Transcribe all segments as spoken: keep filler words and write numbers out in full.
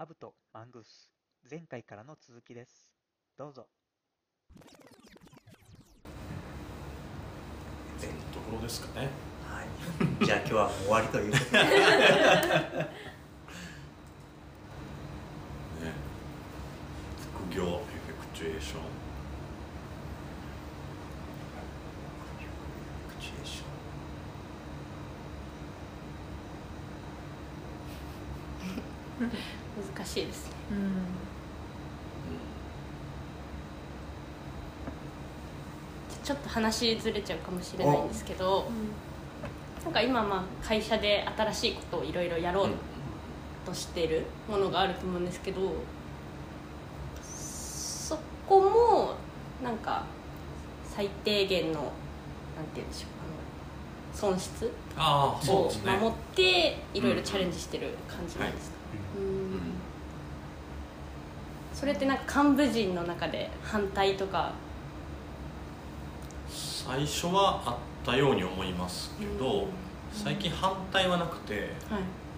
ハブとマングース、前回からの続きです。どうぞ。 ところですかね。 はい。じゃあ今日はもう終わりということで。ね、 副業エフェクチュエーション。エフェクチュエーション。 難しいですね。 うん。 ちょっと話ずれちゃうかもしれないんですけど、なんか今まあ会社で新しいことをいろいろやろうとしてるものがあると思うんですけど、そこもなんか最低限のなんて言うんでしょう、あの損失ああ、そうをですね。 守っていろいろチャレンジしてる感じなんですか。うんそれってなんか幹部陣の中で反対とか。 最初はあったように思いますけど、最近反対はなくて、 はい、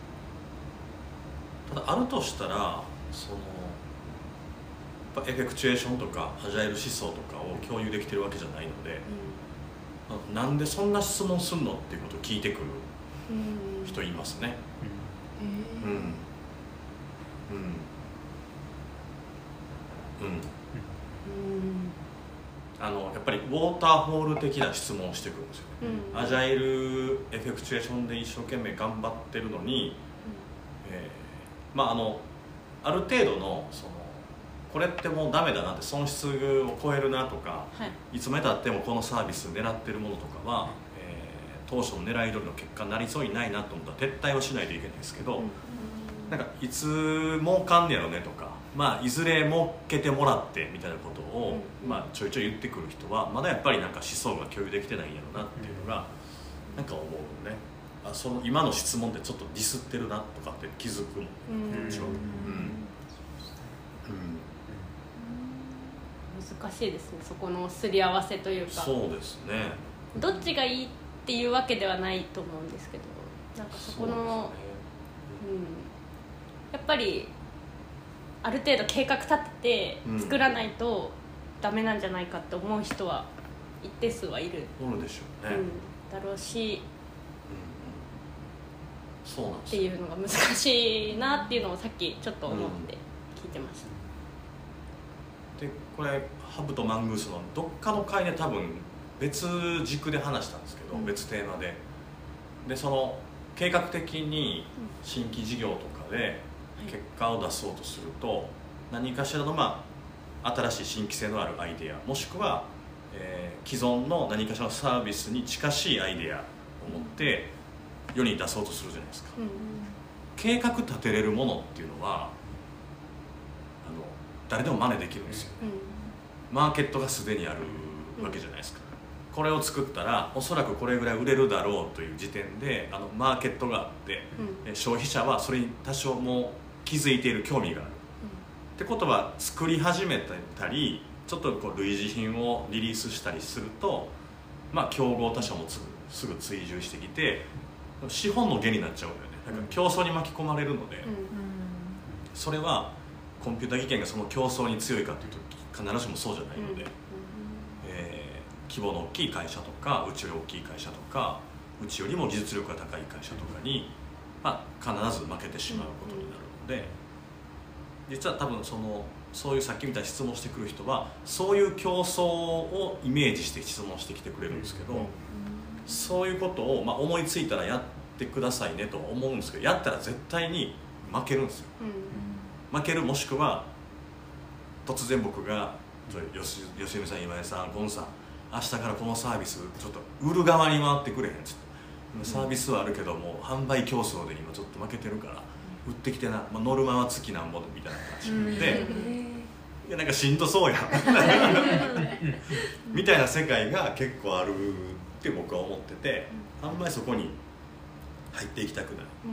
ただあるとしたらそのやっぱエフェクチュエーションとかアジャイル思想とかを共有できてるわけじゃないので、うん、なんでそんな質問するのっていうことを聞いてくる人いますね。うんうんうんうんうんあのやっぱりウォーターホール的な質問をしてくるんですよね、うん、アジャイルエフェクチュエーションで一生懸命頑張ってるのに、うんえー、まああのある程度のそのこれってもうダメだなって損失を超えるなとか、はい、いつまでたってもこのサービス狙ってるものとかは、えー、当初の狙い通りの結果になりそうにないなと思ったら撤退をしないといけないんですけど、うん、なんかいつ儲かんねやろねとか、まあ、いずれ儲けてもらってみたいなことを、うんまあ、ちょいちょい言ってくる人はまだやっぱりなんか思想が共有できてないんやろなっていうのがなんか思うね。あその今の質問でちょっとディスってるなとかって気づくもん、うんちろん、うん難しいですね、そこのすり合わせというか。 そうですね、 どっちがいいっていうわけではないと思うんですけど、なんかそこのそうですね、うん、やっぱりある程度計画立てて作らないとダメなんじゃないかって思う人は一定数はいる、 おるでしょうね、 うん、だろうし、 うんうん、そうなんですっていうのが難しいなっていうのをさっきちょっと思って聞いてました、 うん、でこれハブとマングースのどっかの回で多分別軸で話したんですけど、うん、別テーマででその計画的に新規事業とかで結果を出そうとすると何かしらの、まあ、新しい新規性のあるアイデアもしくは、えー、既存の何かしらのサービスに近しいアイデアを持って世に出そうとするじゃないですか、うん、計画立てれるものっていうのはあの誰でも真似できるんですよ、うん、マーケットがすでにあるわけじゃないですか、うん、これを作ったらおそらくこれぐらい売れるだろうという時点であのマーケットがあって、うん、消費者はそれに多少もう気づいている興味がある、うん、ってことは作り始めたりちょっとこう類似品をリリースしたりすると、まあ、競合他社もすぐ、すぐ追従してきて資本の下になっちゃうんだよね。だから競争に巻き込まれるので、うん、それはコンピューター技研がその競争に強いかというと必ずしもそうじゃないので、うんえー、規模の大きい会社とかうちより大きい会社とかうちよりも技術力が高い会社とかに、まあ、必ず負けてしまうことになるので、実は多分そのそういうさっきみたいに質問してくる人はそういう競争をイメージして質問してきてくれるんですけど、そういうことを、まあ、思いついたらやってくださいねと思うんですけど、やったら絶対に負けるんですよ、負けるもしくは突然僕が吉吉見さん、今井さん、ゴンさん明日からこのサービスちょっと売る側に回ってくれへんっつって、サービスはあるけども販売競争で今ちょっと負けてるから売ってきてな、まあ、ノルマは月なんぼみたいな話で、いやなんかしんどそうやんみたいな世界が結構あるって僕は思ってて、あんまりそこに入っていきたくない、うんうん、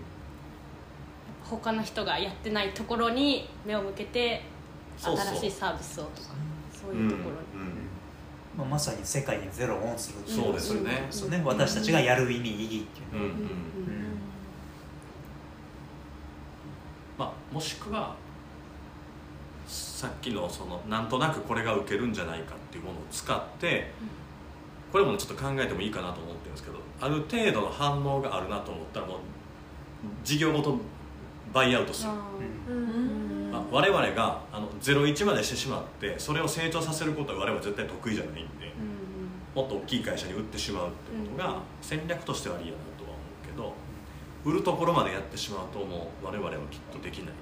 他の人がやってないところに目を向けて新しいサービスをとかそういうところに、うんうんまあ、まさに世界にゼロをオンするそうですよね、 そうね、私たちがやる意味意義っていうのは、うんうんうんまあ、 もしくはさっきのそのなんとなくこれが受けるんじゃないかっていうものを使ってこれも、ね、ちょっと考えてもいいかなと思ってるんですけど、ある程度の反応があるなと思ったらもう事業ごとバイアウトする。あ我々があのゼロイチまでしてしまってそれを成長させることは我々は絶対得意じゃないんで、もっと大きい会社に売ってしまうってことが戦略としてはありやなとは思うけど、売るところまでやってしまうともう我々はきっとできないと。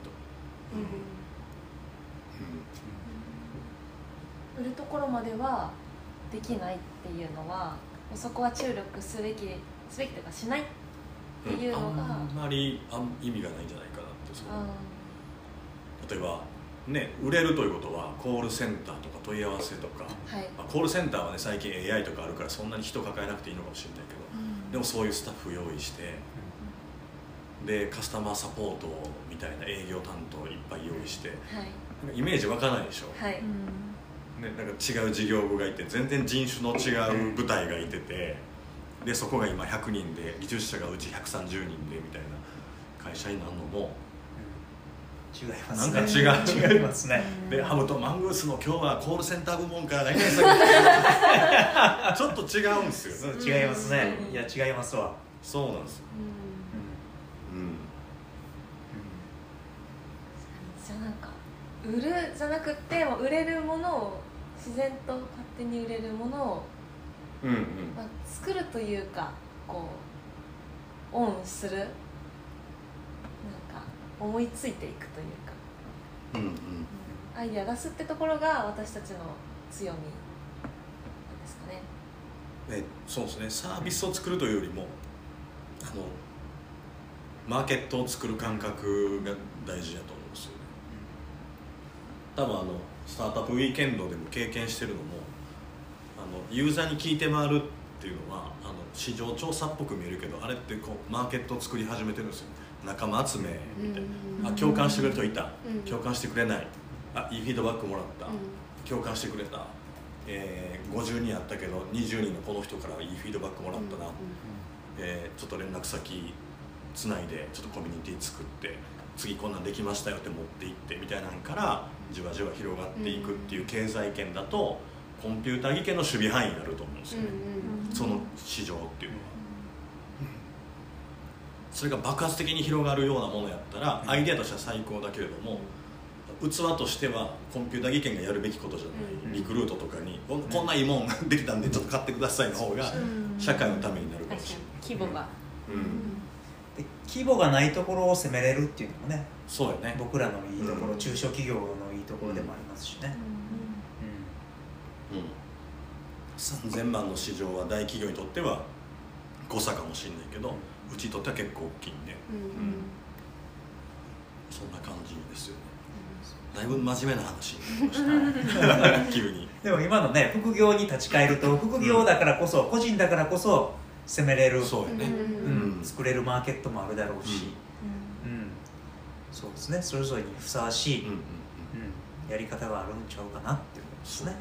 売るところまではできないっていうのはそこは注力すべきすべきというかしないっていうのが、 うん、あんまりあん意味がないんじゃないかなってその例えばね、売れるということはコールセンターとか問い合わせとか、 はいまあ、コールセンターはね最近 エーアイ とかあるからそんなに人抱えなくていいのかもしれないけど、うん、でもそういうスタッフ用意して、うん、でカスタマーサポートみたいな営業担当いっぱい用意して、はい、イメージ湧かないでしょ、はいね、なんか違う事業部がいて全然人種の違う部隊がいててでそこが今ひゃくにんで技術者がうちひゃくさんじゅうにんでみたいな会社になるのも違いますね。 なんか違う違いますね。 でハムとマングースの今日はコールセンター部門から何々さんちょっと違うんですよ。 そう違いますね。いや違いますわ。 そうなんですよ。うん。うん。 じゃあなんか売るじゃなくても売れるものを自然と勝手に売れるものを、 うんうんまあ、作るというかこうオンするなんか思いついていくというか、 うんうん、 アイデア出すってところが私たちの強みなんですかね。 ね、そうですね。サービスを作るというよりもあのマーケットを作る感覚が大事だと思うんですよね。多分あのスタートアップウィーケンドでも経験してるのもあのユーザーに聞いて回るっていうのはあの市場調査っぽく見えるけどあれってこうマーケットを作り始めてるんですよ。仲間集めみたいな、あ共感してくれる人いた、共感してくれない、あいいフィードバックもらった、共感してくれた、えー、ごじゅうにんあったけどにじゅうにんのこの人からいいフィードバックもらったな、えー、ちょっと連絡先つないでちょっとコミュニティ作って次こんなんできましたよって持っていってみたいなのからじわじわ広がっていくっていう経済圏だとコンピューター技研の守備範囲になると思うんですよね、その市場っていうのは。それが爆発的に広がるようなものやったらアイデアとしては最高だけれども器としてはコンピューター技研がやるべきことじゃない、リクルートとかにこんないいもんできたんでちょっと買ってくださいの方が社会のためになるかもしれない。 規模が、 うんで規模がないところを攻めれるっていうのもね、 そうよね、 僕らのいいところ、 うん、 中小企業のいいところでもありますしね、 うんうん、さんぜんまんの市場は大企業にとっては誤差かもしれないけど、うちにとっては結構大きいんで、うんうん、そんな感じですよね。だいぶ真面目な話になりました急に。 でも今のね副業に立ち返ると副業だからこそ、うん、個人だからこそ攻めれる、 そうよね、 うん、作れるマーケットもあるだろうし、うんうん、そうですね、それぞれにふさわしい、うんうんうん、やり方があるんちゃうかなっていうことですね。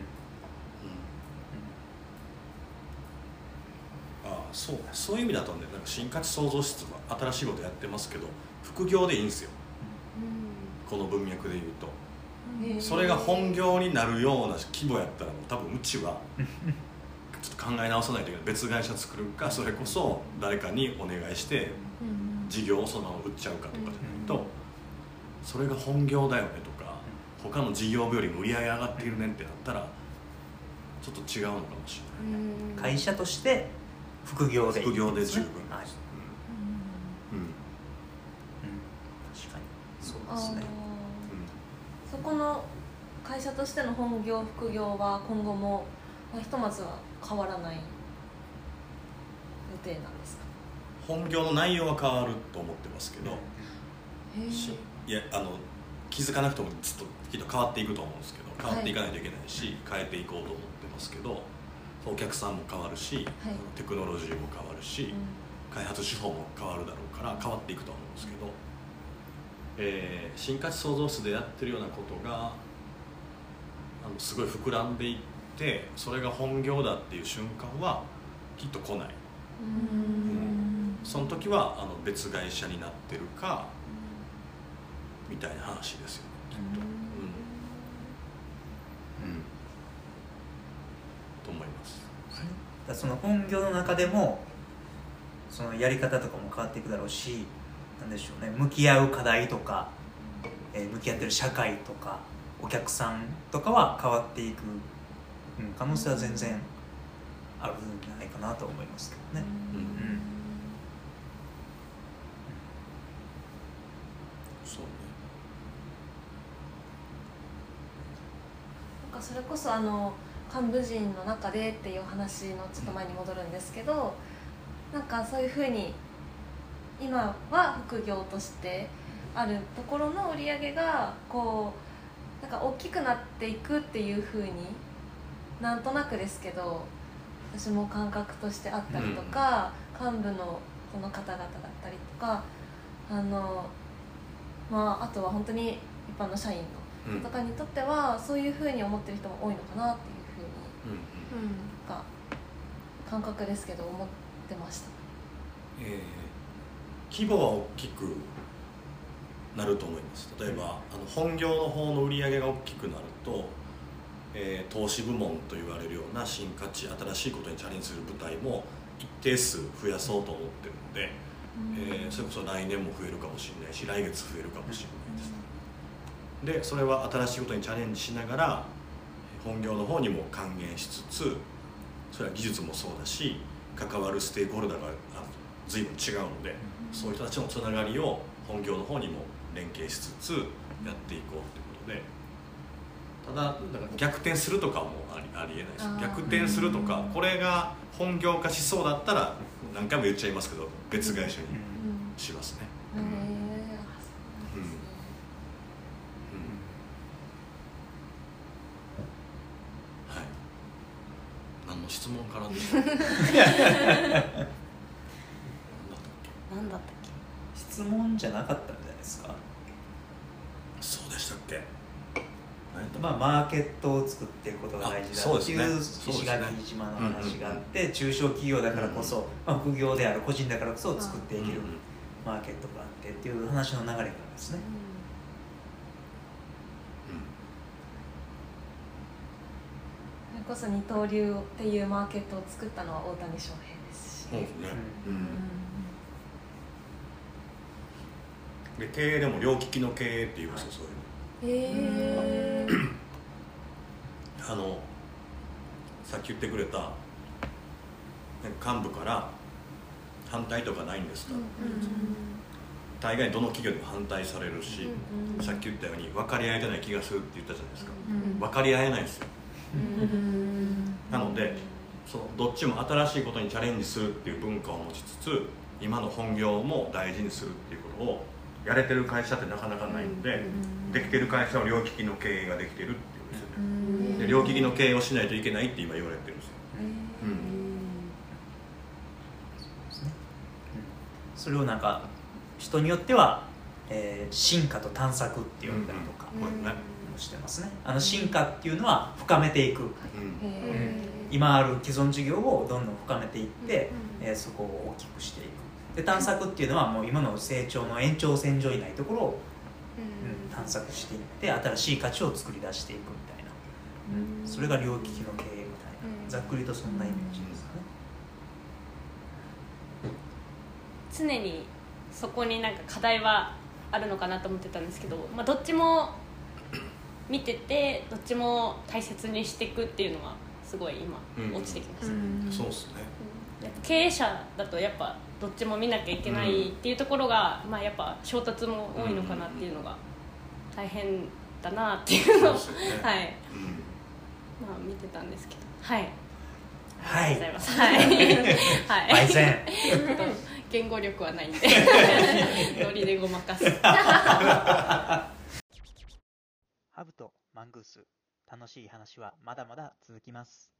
そう、そういう意味だとね、なんか新価値創造室は新しいことやってますけど副業でいいんですよ、うん、この文脈で言うと、それが本業になるような規模やったら多分うちはちょっと考え直さないといけない。別会社作るかそれこそ誰かにお願いして事業をそのまま売っちゃうかとかじゃないと、それが本業だよねとか他の事業部よりも売り上げ上がっているねってなったらちょっと違うのかもしれない。 会社として副業でいい、 副業で十分、 はい、うんうん、確かにそうですね、 うん、そこの会社としての本業副業は今後も、まあ、ひとまずは変わらない予定なんですか？ 本業の内容は変わると思ってますけど、 へいやあの気づかなくてもずっときっと変わっていくと思うんですけど、変わっていかないといけないし、はい、変えていこうと思ってますけど、お客さんも変わるし、はい、テクノロジーも変わるし、うん、開発手法も変わるだろうから変わっていくと思うんですけど、えー、新価値創造室でやってるようなことがあのすごい膨らんでいってそれが本業だっていう瞬間はきっと来ない。うん、その時はあの別会社になってるか、 みたいな話ですよね、きっと。うん、うん、と思います。 だからその本業の中でもそのやり方とかも変わっていくだろうし、なんでしょうね、向き合う課題とか、えー、向き合ってる社会とかお客さんとかは変わっていく、うん、可能性は全然あるんじゃないかなと思いますけどね。うん、うん、 そうね。 なんかそれこそあの幹部陣の中でっていう話のちょっと前に戻るんですけど、なんかそういうふうに今は副業としてあるところの売り上げがこうなんか大きくなっていくっていうふうになんとなくですけど私も感覚としてあったりとか、うん、幹部のその方々だったりとか、あの、まあ、あとは本当に一般の社員の人とかにとってはそういうふうに思ってる人も多いのかなっていうふうに、うんうん、が感覚ですけど思ってました。 えー、規模は大きくなると思います。例えば、うん、あの本業の方の売り上げが大きくなると、えー、投資部門と言われるような新価値、新しいことにチャレンジする部隊も一定数増やそうと思ってるので、うん、えー、それこそ来年も増えるかもしれないし来月増えるかもしれないです、うん、でそれは新しいことにチャレンジしながら本業の方にも還元しつつ、それは技術もそうだし関わるステークホルダーが随分違うので、そういう人たちのつながりを本業の方にも連携しつつやっていこうということで、ただ、だから逆転するとかもあり、ありえないです。逆転するとか、これが本業化しそうだったら何回も言っちゃいますけど別会社にしますね。うんうんうん、はい。何の質問からでしたっけ？ 何だったっけ？ 質問じゃなかったんじゃないですか。 そうでしたっけ？ まあ、マーケットを作っていくことが大事だっていう石垣島の話があって、中小企業だからこそ、まあ、副業である個人だからこそ作っていけるマーケットがあってっていう話の流れからですね。 それこそ二刀流っていうマーケットを作ったのは大谷翔平ですし、 そうですね、うん、で経営でも両利きの経営って言いますよ、そういうの。 へーあのさっき言ってくれた幹部から反対とかないんですか、うんうん、大概どの企業でも反対されるし、うんうん、さっき言ったように分かり合えてない気がするって言ったじゃないですか、うん、分かり合えないですよ、うん、なのでそのどっちも新しいことにチャレンジするっていう文化を持ちつつ今の本業も大事にするっていうことをやれてる会社ってなかなかないので、うん、できてる会社は両利きの経営ができてるっていうんですよね、うん、で両利きの経営をしないといけないって今言われてるんですよ、うんうん、 そうですね、うん、それをなんか人によっては、えー、進化と探索って呼んだりとかもしてますね。あの進化っていうのは深めていく、うんうん、今ある既存事業をどんどん深めていって、えー、そこを大きくしていく。で探索っていうのはもう今の成長の延長線上にないところを、うん、探索していって新しい価値を作り出していくみたいな、うん、それが両利きの経営みたいな、ざっくりとそんなイメージですかね。常にそこになんか課題はあるのかなと思ってたんですけど、まあ、どっちも見ててどっちも大切にしていくっていうのはすごい今落ちてきました、うんうん、そうですね、 やっぱ経営者だとやっぱどっちも見なきゃいけないっていうところが、うん、まあやっぱ衝突も多いのかなっていうのが大変だなっていうのを、うん、はい、うん、まあ見てたんですけど、はいはい、 ありがとうございます。はい。はい。言語力はないんでノリでごまかす。 ハブとマングース、楽しい話はまだまだ続きます。